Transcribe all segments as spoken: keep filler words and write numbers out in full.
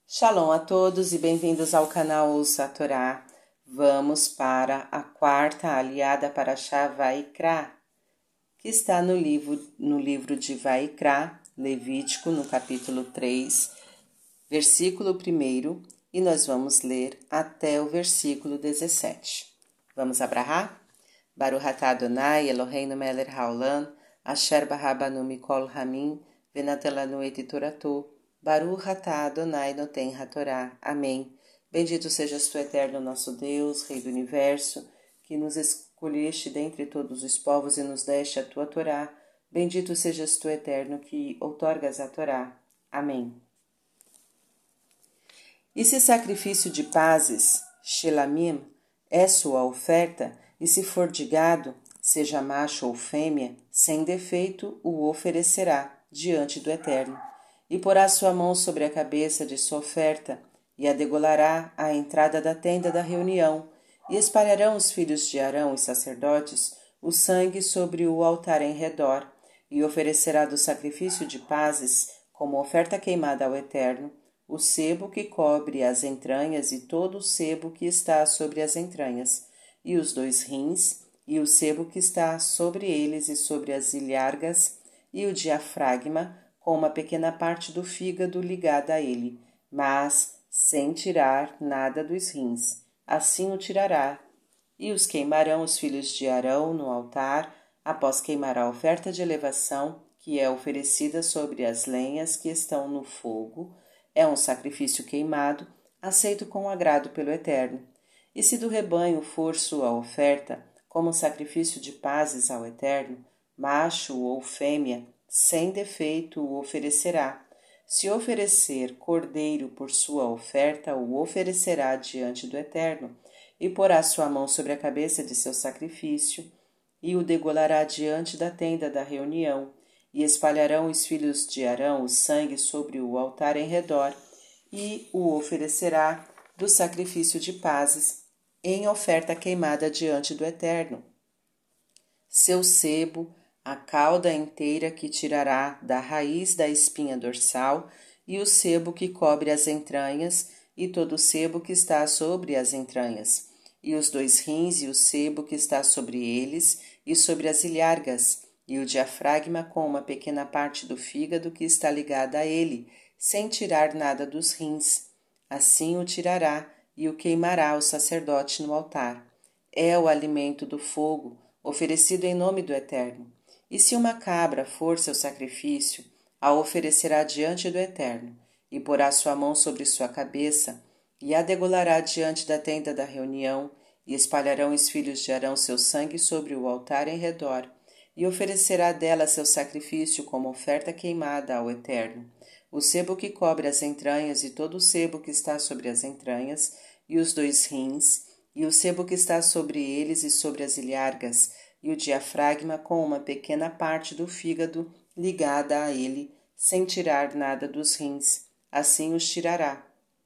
Shalom a todos e bem-vindos ao canal Ouça a Torá. Vamos para a quarta aliada Parashá Vaikra, que está no livro, no livro de Vaikra, Levítico, no capítulo três, versículo um, e nós vamos ler até o versículo dezessete. Vamos abrahar? Baruch atah Adonai Eloheinu melech haolam, asher bará banu mikol hamim, venatan lanu et toratou. Baruch atah Adonai noten hatorá. Amém. Bendito sejas tu, eterno nosso Deus, Rei do Universo, que nos escolheste dentre todos os povos e nos deste a tua Torá. Bendito sejas tu, eterno, que outorgas a Torá. Amém. E se sacrifício de pazes, shelamim, é sua oferta, e se for de gado, seja macho ou fêmea, sem defeito o oferecerá diante do Eterno. E porá sua mão sobre a cabeça de sua oferta, e a degolará à entrada da tenda da reunião, e espalharão os filhos de Arão, os sacerdotes, o sangue sobre o altar em redor, e oferecerá do sacrifício de pazes, como oferta queimada ao Eterno, o sebo que cobre as entranhas e todo o sebo que está sobre as entranhas, e os dois rins, e o sebo que está sobre eles e sobre as ilhargas, e o diafragma, com uma pequena parte do fígado ligada a ele, mas sem tirar nada dos rins. Assim o tirará. E os queimarão os filhos de Arão no altar, após queimar a oferta de elevação, que é oferecida sobre as lenhas que estão no fogo. É um sacrifício queimado, aceito com agrado pelo Eterno. E se do rebanho for sua oferta, como sacrifício de pazes ao Eterno, macho ou fêmea, sem defeito o oferecerá. Se oferecer cordeiro por sua oferta, o oferecerá diante do Eterno, e porá sua mão sobre a cabeça de seu sacrifício, e o degolará diante da tenda da reunião, e espalharão os filhos de Arão o sangue sobre o altar em redor, e o oferecerá do sacrifício de pazes, em oferta queimada diante do Eterno. Seu sebo, a cauda inteira que tirará da raiz da espinha dorsal, e o sebo que cobre as entranhas, e todo o sebo que está sobre as entranhas, e os dois rins e o sebo que está sobre eles, e sobre as ilhargas, e o diafragma com uma pequena parte do fígado que está ligada a ele, sem tirar nada dos rins. Assim o tirará, e o queimará o sacerdote no altar. É o alimento do fogo, oferecido em nome do Eterno. E se uma cabra for seu sacrifício, a oferecerá diante do Eterno, e porá sua mão sobre sua cabeça, e a degolará diante da tenda da reunião, e espalharão os filhos de Arão seu sangue sobre o altar em redor, e oferecerá dela seu sacrifício como oferta queimada ao Eterno. O sebo que cobre as entranhas e todo o sebo que está sobre as entranhas, e os dois rins, e o sebo que está sobre eles e sobre as ilhargas, e o diafragma com uma pequena parte do fígado ligada a ele, sem tirar nada dos rins. Assim os tirará.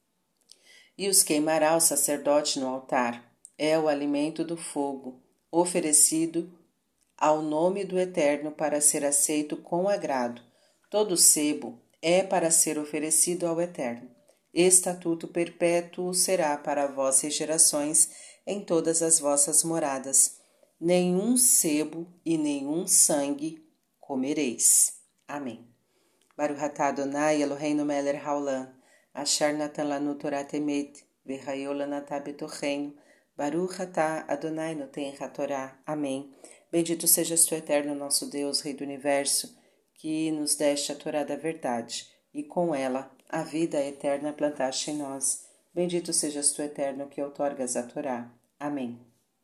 E os queimará o sacerdote no altar. É o alimento do fogo, oferecido ao nome do Eterno para ser aceito com agrado. Todo sebo é para ser oferecido ao Eterno. Estatuto perpétuo será para vossas gerações em todas as vossas moradas. Nenhum sebo e nenhum sangue comereis. Amém. Baruch atah Adonai Eloheinu melech haolam, asher natan lanu Torah temet, v'chayot lanatah betocheinu. Baruch atah Adonai noten hatorá. Amém. Bendito sejas tu, eterno nosso Deus, Rei do Universo, que nos deste a Torá da verdade, e com ela a vida eterna plantaste em nós. Bendito sejas tu, eterno, que outorgas a Torá. Amém.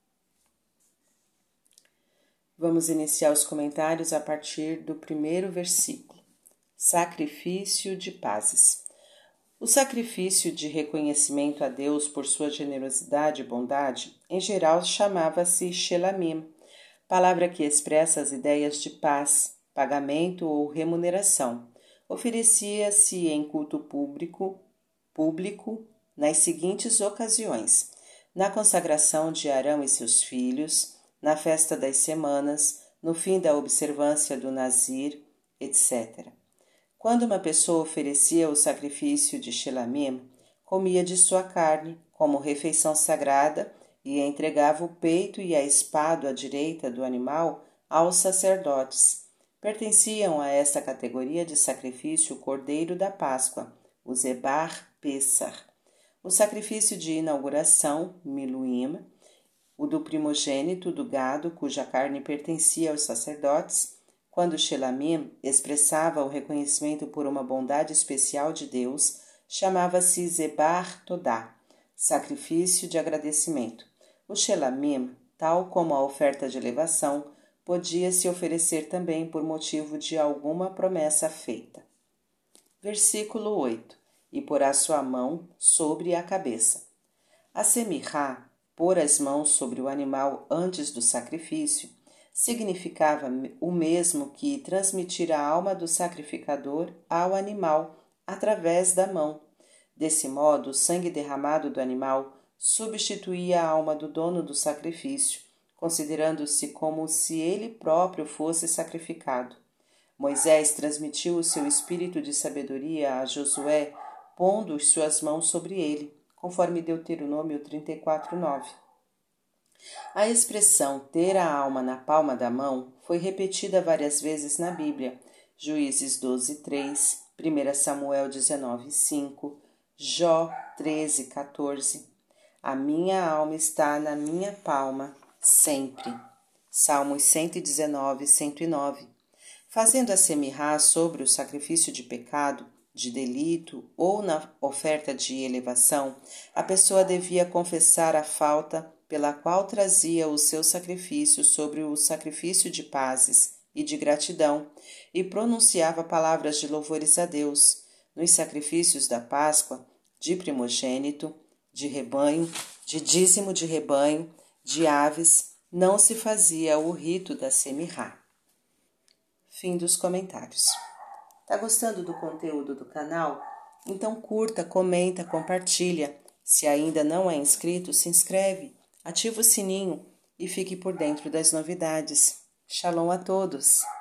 Vamos iniciar os comentários a partir do primeiro versículo. Sacrifício de pazes. O sacrifício de reconhecimento a Deus por sua generosidade e bondade, em geral, chamava-se shelamim, palavra que expressa as ideias de paz, pagamento ou remuneração. Oferecia-se em culto público, público nas seguintes ocasiões: na consagração de Arão e seus filhos, na festa das semanas, no fim da observância do Nazir, etcétera. Quando uma pessoa oferecia o sacrifício de Shelamim, comia de sua carne, como refeição sagrada, e entregava o peito e a espado à direita do animal aos sacerdotes. Pertenciam a esta categoria de sacrifício o cordeiro da Páscoa, o Zebar Pessar, o sacrifício de inauguração, Miluim, o do primogênito do gado, cuja carne pertencia aos sacerdotes, quando Shelamim expressava o reconhecimento por uma bondade especial de Deus, chamava-se Zebar Todá, sacrifício de agradecimento. O Shelamim, tal como a oferta de elevação, podia se oferecer também por motivo de alguma promessa feita. Versículo oito. E porá sua mão sobre a cabeça. A semirá, pôr as mãos sobre o animal antes do sacrifício, significava o mesmo que transmitir a alma do sacrificador ao animal através da mão. Desse modo, o sangue derramado do animal substituía a alma do dono do sacrifício, considerando-se como se ele próprio fosse sacrificado. Moisés transmitiu o seu espírito de sabedoria a Josué, pondo suas mãos sobre ele, conforme Deuteronômio trinta e quatro, nove. A expressão ter a alma na palma da mão foi repetida várias vezes na Bíblia, Juízes doze, três, primeiro Samuel dezenove, cinco, Jó treze, quatorze. A minha alma está na minha palma sempre. Salmos cento e dezenove, cento e nove. Fazendo a semirá sobre o sacrifício de pecado, de delito ou na oferta de elevação, a pessoa devia confessar a falta pela qual trazia o seu sacrifício sobre o sacrifício de pazes e de gratidão, e pronunciava palavras de louvores a Deus. Nos sacrifícios da Páscoa, de primogênito, de rebanho, de dízimo de rebanho, de aves, não se fazia o rito da semirá. Fim dos comentários. Tá gostando do conteúdo do canal? Então curta, comenta, compartilha. Se ainda não é inscrito, se inscreve, ativa o sininho e fique por dentro das novidades. Shalom a todos!